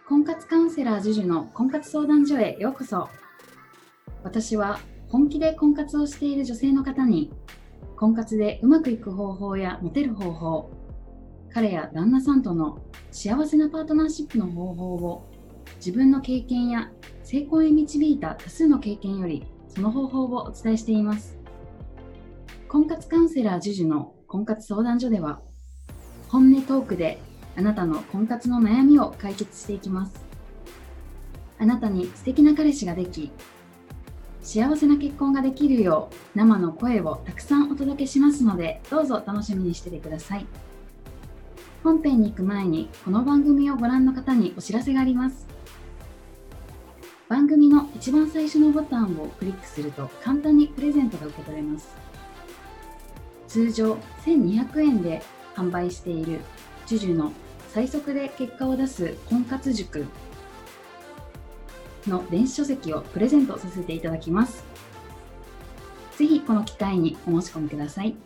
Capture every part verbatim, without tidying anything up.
婚活カウンセラー ジュジュ の婚活相談所へようこそ。私は本気で婚活をしている女性の方に、婚活でうまくいく方法やモテる方法、彼や旦那さんとの幸せなパートナーシップの方法を自分の経験や成功へ導いた多数の経験よりその方法をお伝えしています。婚活カウンセラー ジュジュ の婚活相談所では、本音トークであなたの婚活の悩みを解決していきます。あなたに素敵な彼氏ができ、幸せな結婚ができるよう生の声をたくさんお届けしますので、どうぞ楽しみにしててください。本編に行く前にこの番組をご覧の方にお知らせがあります。番組の一番最初のボタンをクリックすると簡単にプレゼントが受け取れます。通常せんにひゃくえんで販売している ジュジュ の最速で結果を出す婚活塾の電子書籍をプレゼントさせていただきます。ぜひこの機会にお申し込みください。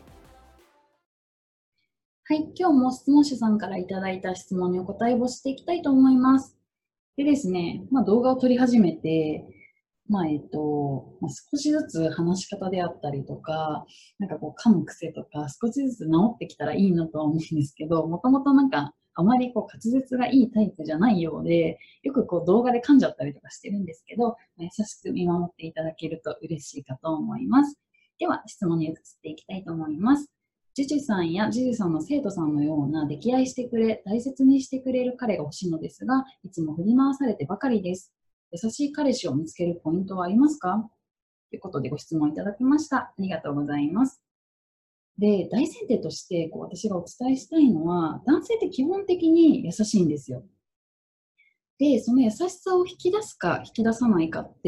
はい、今日も質問者さんからいただいた質問にお答えをしていきたいと思います。でですね、まあ、動画を撮り始めて、まあえっとまあ、少しずつ話し方であったりとか、なんかこう噛む癖とか少しずつ治ってきたらいいなとは思うんですけど、もともとなんかあまりこう滑舌がいいタイプじゃないようで、よくこう動画で噛んじゃったりとかしてるんですけど、優しく見守っていただけると嬉しいかと思います。では質問に移っていきたいと思います。ジュジュさんやジュジュさんの生徒さんのような溺愛してくれ、大切にしてくれる彼が欲しいのですが、いつも振り回されてばかりです。優しい彼氏を見つけるポイントはありますか？ということでご質問いただきました。ありがとうございます。で、大前提としてこう私がお伝えしたいのは、男性って基本的に優しいんですよ。で、その優しさを引き出すか引き出さないかって、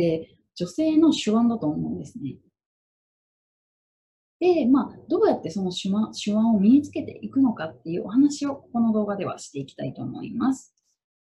女性の手腕だと思うんですね。で、まあ、どうやってその手腕手腕を身につけていくのかっていうお話をこの動画ではしていきたいと思います。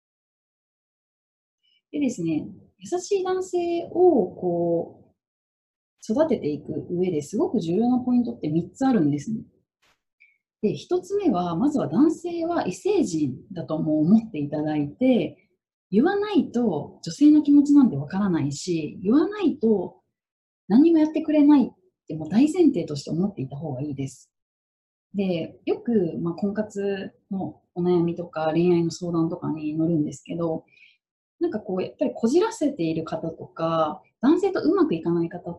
でですね、優しい男性をこう育てていく上ですごく重要なポイントってみっつあるんですね。で、ひとつめは、まずは男性は異星人だとも思っていただいて、言わないと女性の気持ちなんてわからないし、言わないと何もやってくれないってもう大前提として思っていた方がいいです。で、よく、まあ、婚活のお悩みとか恋愛の相談とかに乗るんですけど、なんかこうやっぱりこじらせている方とか、男性とうまくいかない方って、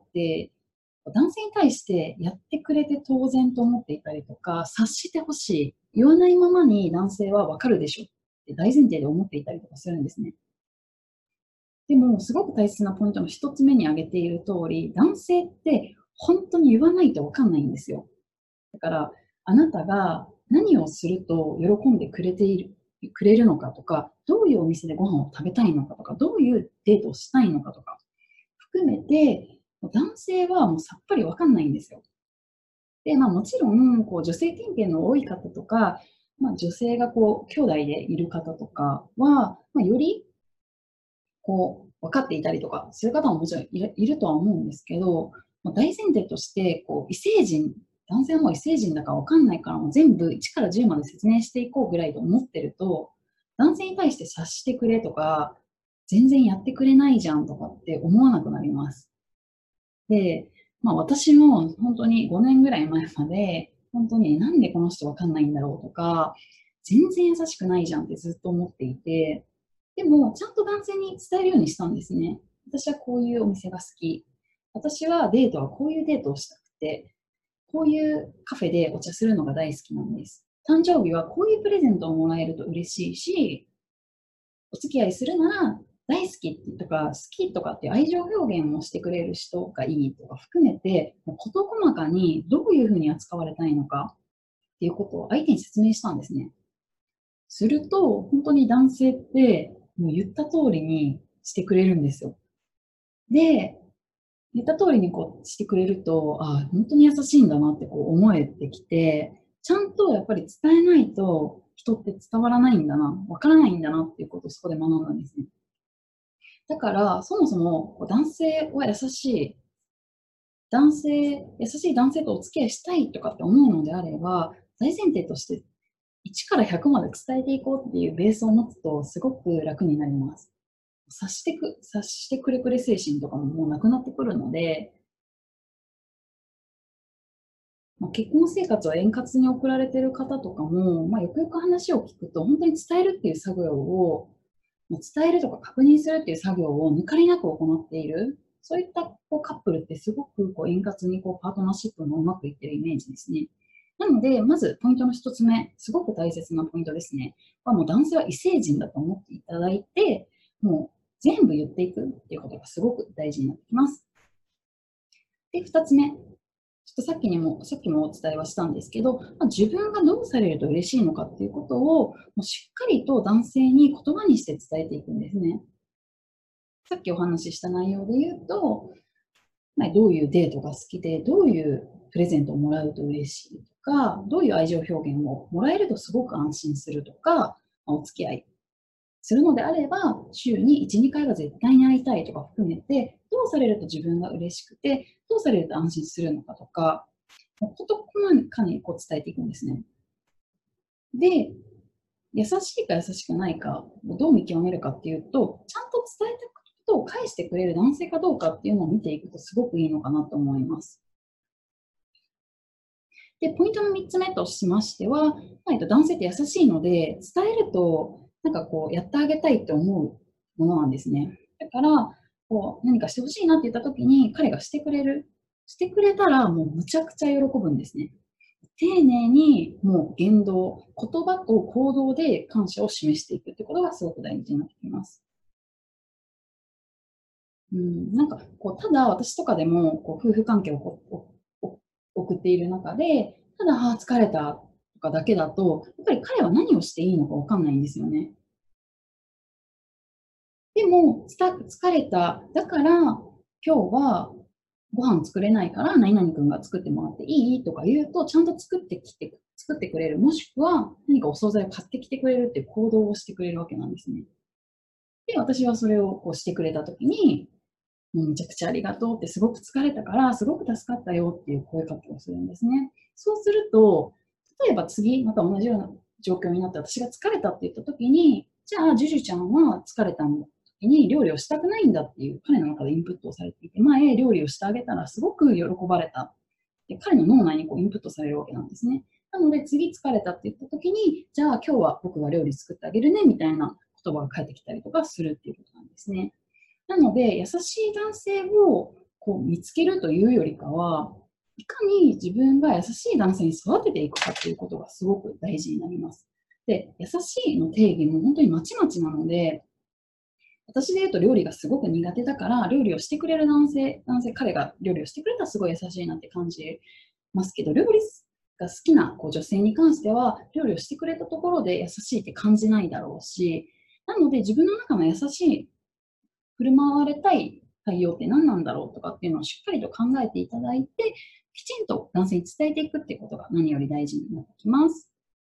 男性に対してやってくれて当然と思っていたりとか、察してほしい、言わないままに男性はわかるでしょって大前提で思っていたりとかするんですね。でも、すごく大切なポイントの一つ目に挙げている通り、男性って本当に言わないとわかんないんですよ。だから、あなたが何をすると喜んでくれているくれるのかとか、どういうお店でご飯を食べたいのかとか、どういうデートをしたいのかとか、含めて、男性はもうさっぱりわかんないんですよ。で、まあもちろん、こう女性経験の多い方とか、まあ女性がこう兄弟でいる方とかは、まあよりこう分かっていたりとかする方ももちろんいるいるとは思うんですけど、まあ、大前提としてこう異星人、男性はもう異星人だから分かんないからもう全部いちからじゅうまで説明していこうぐらいと思ってると、男性に対して察してくれとか、全然やってくれないじゃんとかって思わなくなります。で、まあ私も本当にごねんぐらい前まで、本当になんでこの人わかんないんだろうとか、全然優しくないじゃんってずっと思っていて、でもちゃんと男性に伝えるようにしたんですね。私はこういうお店が好き。私はデートはこういうデートをしたくて、こういうカフェでお茶するのが大好きなんです。誕生日はこういうプレゼントをもらえると嬉しいし、お付き合いするなら大好きとか好きとかっていう愛情表現をしてくれる人がいいとか含めて、もう事細かにどういうふうに扱われたいのかっていうことを相手に説明したんですね。すると、本当に男性ってもう言った通りにしてくれるんですよ。で、言った通りにこうしてくれると、ああ、本当に優しいんだなってこう思えてきて、ちゃんとやっぱり伝えないと人って伝わらないんだな、わからないんだなっていうことをそこで学んだんですね。だから、そもそもこう男性は優しい、男性、優しい男性とお付き合いしたいとかって思うのであれば、大前提として、 いちからひゃくまで伝えていこうっていうベースを持つとすごく楽になります。察してく、察してくれくれ精神とかももうなくなってくるので、まあ、結婚生活を円滑に送られている方とかも、まあ、よくよく話を聞くと、本当に伝えるっていう作業を、もう伝えるとか確認するっていう作業を抜かりなく行っている、そういったこうカップルってすごくこう円滑にこうパートナーシップもうまくいってるイメージですね。なので、まずポイントの一つ目、すごく大切なポイントですね。はもう男性は異星人だと思っていただいて、もう全部言っていくっていうことがすごく大事になってきます。で、二つ目、ちょっとさっきにも、さっきもお伝えはしたんですけど、まあ、自分がどうされると嬉しいのかっていうことを、もうしっかりと男性に言葉にして伝えていくんですね。さっきお話しした内容で言うと、まあ、どういうデートが好きで、どういうプレゼントをもらうと嬉しいとか、どういう愛情表現をもらえるとすごく安心するとか、まあ、お付き合いするのであれば、週にいち、にかいは絶対に会いたいとか含めて、どうされると自分が嬉しくて、どうされると安心するのかとか、事細かにこう伝えていくんですね。で、優しいか優しくないかをどう見極めるかっていうと、ちゃんと伝えたことを返してくれる男性かどうかっていうのを見ていくとすごくいいのかなと思います。で、ポイントのみっつめとしましては、まあ、男性って優しいので、伝えると、なんかこう、やってあげたいって思うものなんですね。だから、こう、何かしてほしいなって言った時に、彼がしてくれる。してくれたら、もうむちゃくちゃ喜ぶんですね。丁寧に、もう言動、言葉と行動で感謝を示していくってことがすごく大事になってきます。うん、なんかこう、ただ私とかでもこう夫婦関係をこうおお送っている中で、ただ、ああ、疲れたとかだけだと、やっぱり彼は何をしていいのかわかんないんですよね。でも、つた疲れた、だから、今日はご飯作れないから、何々君が作ってもらっていいとか言うと、ちゃんと作ってきて作ってくれる、もしくは何かお惣菜を買ってきてくれるっていう行動をしてくれるわけなんですね。で、私はそれをこうしてくれたときに、もうめちゃくちゃありがとうって、すごく疲れたから、すごく助かったよっていう声かけをするんですね。そうすると、例えば次、また同じような状況になって、私が疲れたって言った時に、じゃあ、ジュジュちゃんは疲れた時に料理をしたくないんだっていう彼の中でインプットをされていて、前、料理をしてあげたらすごく喜ばれた。で彼の脳内にこうインプットされるわけなんですね。なので、次疲れたって言った時に、じゃあ今日は僕が料理作ってあげるねみたいな言葉が返ってきたりとかするっていうことなんですね。なので、優しい男性をこう見つけるというよりかは、いかに自分が優しい男性に育てていくかということがすごく大事になります。で、優しいの定義も本当にまちまちなので、私で言うと料理がすごく苦手だから、料理をしてくれる男性、男性、彼が料理をしてくれたらすごい優しいなって感じますけど、料理が好きなこう女性に関しては、料理をしてくれたところで優しいって感じないだろうし、なので自分の中の優しい振る舞われたい対応って何なんだろうとかっていうのをしっかりと考えていただいて、きちんと男性に伝えていくっていうことが何より大事になってきます。